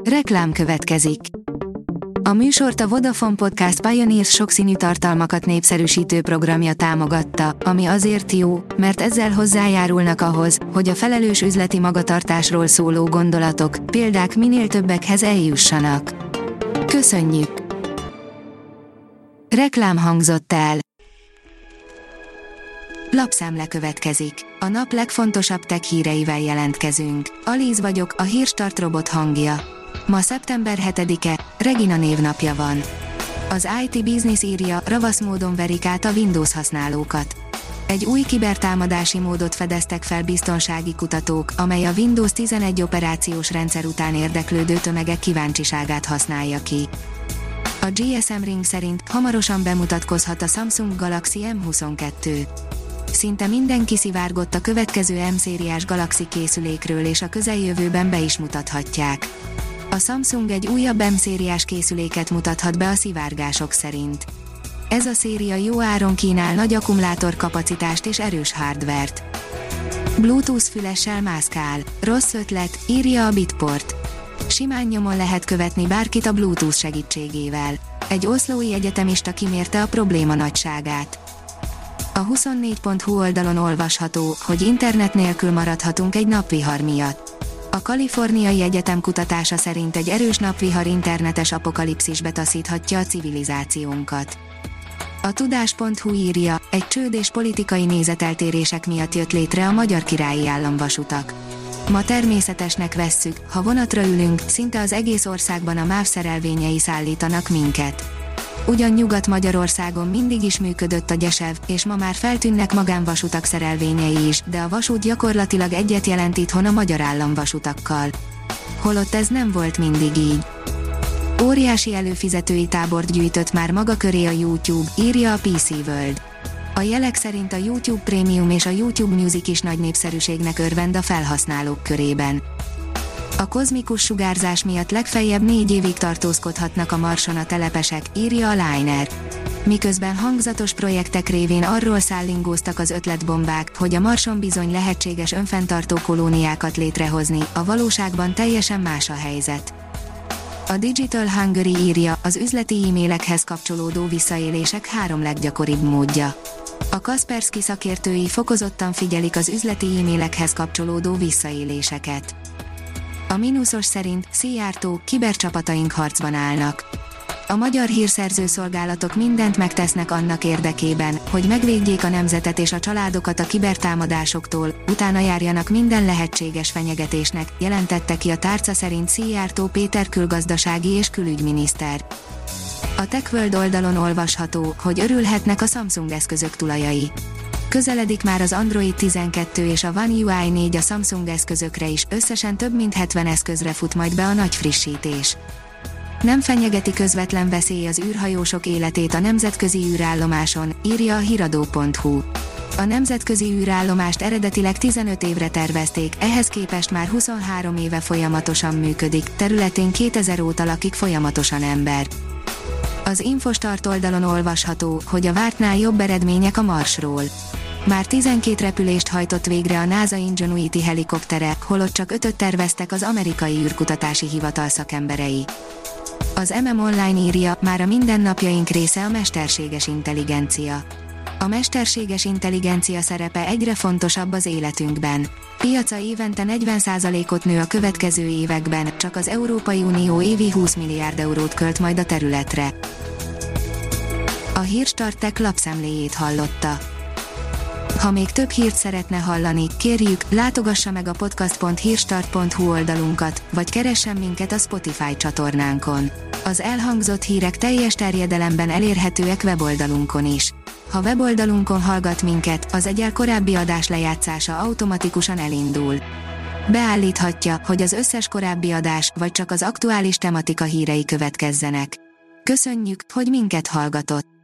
Reklám következik. A műsort a Vodafone Podcast Pioneers sokszínű tartalmakat népszerűsítő programja támogatta, ami azért jó, mert ezzel hozzájárulnak ahhoz, hogy a felelős üzleti magatartásról szóló gondolatok, példák minél többekhez eljussanak. Köszönjük! Reklám hangzott el. Lapszemle következik. A nap legfontosabb tech híreivel jelentkezünk. Alíz vagyok, a Hírstart robot hangja. Ma szeptember 7-e, Regina névnapja van. Az IT Business írja, ravasz módon verik át a Windows használókat. Egy új kibertámadási módot fedeztek fel biztonsági kutatók, amely a Windows 11 operációs rendszer után érdeklődő tömegek kíváncsiságát használja ki. A GSM Ring szerint hamarosan bemutatkozhat a Samsung Galaxy M22. Szinte mindenki szivárgott a következő M-szériás Galaxy készülékről, és a közeljövőben be is mutathatják. A Samsung egy újabb M-szériás készüléket mutathat be a szivárgások szerint. Ez a széria jó áron kínál nagy akkumulátorkapacitást és erős hardvert. Bluetooth fülessel mászkál. Rossz ötlet, írja a Bitport. Simán nyomon lehet követni bárkit a Bluetooth segítségével. Egy oslói egyetemista kimérte a probléma nagyságát. A 24.hu oldalon olvasható, hogy internet nélkül maradhatunk egy napvihar miatt. A Kaliforniai Egyetem kutatása szerint egy erős napvihar internetes apokalipszisbe taszíthatja a civilizációnkat. A tudás.hu írja, egy csőd és politikai nézeteltérések miatt jött létre a Magyar Királyi Államvasutak. Ma természetesnek vesszük, ha vonatra ülünk, szinte az egész országban a MÁV szerelvényei szállítanak minket. Ugyan Nyugat-Magyarországon mindig is működött a GYESEV, és ma már feltűnnek magánvasutak szerelvényei is, de a vasút gyakorlatilag egyet jelent itthon a Magyar Államvasutakkal. Holott ez nem volt mindig így. Óriási előfizetői tábort gyűjtött már maga köré a YouTube, írja a PC World. A jelek szerint a YouTube Premium és a YouTube Music is nagy népszerűségnek örvend a felhasználók körében. A kozmikus sugárzás miatt legfeljebb 4 évig tartózkodhatnak a Marson a telepesek, írja a Liner. Miközben hangzatos projektek révén arról szállingóztak az ötletbombák, hogy a Marson bizony lehetséges önfenntartó kolóniákat létrehozni, a valóságban teljesen más a helyzet. A Digital Hungary írja, az üzleti e-mailekhez kapcsolódó visszaélések 3 leggyakoribb módja. A Kaspersky szakértői fokozottan figyelik az üzleti e-mailekhez kapcsolódó visszaéléseket. A mínuszos szerint Szijjártó, kibercsapataink harcban állnak. A magyar hírszerző szolgálatok mindent megtesznek annak érdekében, hogy megvédjék a nemzetet és a családokat a kibertámadásoktól, utána járjanak minden lehetséges fenyegetésnek, jelentette ki a tárca szerint Szijjártó Péter külgazdasági és külügyminiszter. A TechWorld oldalon olvasható, hogy örülhetnek a Samsung eszközök tulajai. Közeledik már az Android 12 és a One UI 4 a Samsung eszközökre is, összesen több mint 70 eszközre fut majd be a nagy frissítés. Nem fenyegeti közvetlen veszély az űrhajósok életét a nemzetközi űrállomáson, írja a hiradó.hu. A nemzetközi űrállomást eredetileg 15 évre tervezték, ehhez képest már 23 éve folyamatosan működik, területén 2000 óta lakik folyamatosan ember. Az Infostart oldalon olvasható, hogy a vártnál jobb eredmények a Marsról. Már 12 repülést hajtott végre a NASA Ingenuity helikoptere, holott csak 5-öt terveztek az amerikai űrkutatási hivatal szakemberei. Az Online írja, már a mindennapjaink része a mesterséges intelligencia. A mesterséges intelligencia szerepe egyre fontosabb az életünkben. Piaca évente 40%-ot nő a következő években, csak az Európai Unió évi 20 milliárd eurót költ majd a területre. A Hírstart Tech lapszemléjét hallotta. Ha még több hírt szeretne hallani, kérjük, látogassa meg a podcast.hírstart.hu oldalunkat, vagy keressen minket a Spotify csatornánkon. Az elhangzott hírek teljes terjedelemben elérhetőek weboldalunkon is. Ha weboldalunkon hallgat minket, az egyel korábbi adás lejátszása automatikusan elindul. Beállíthatja, hogy az összes korábbi adás, vagy csak az aktuális tematika hírei következzenek. Köszönjük, hogy minket hallgatott!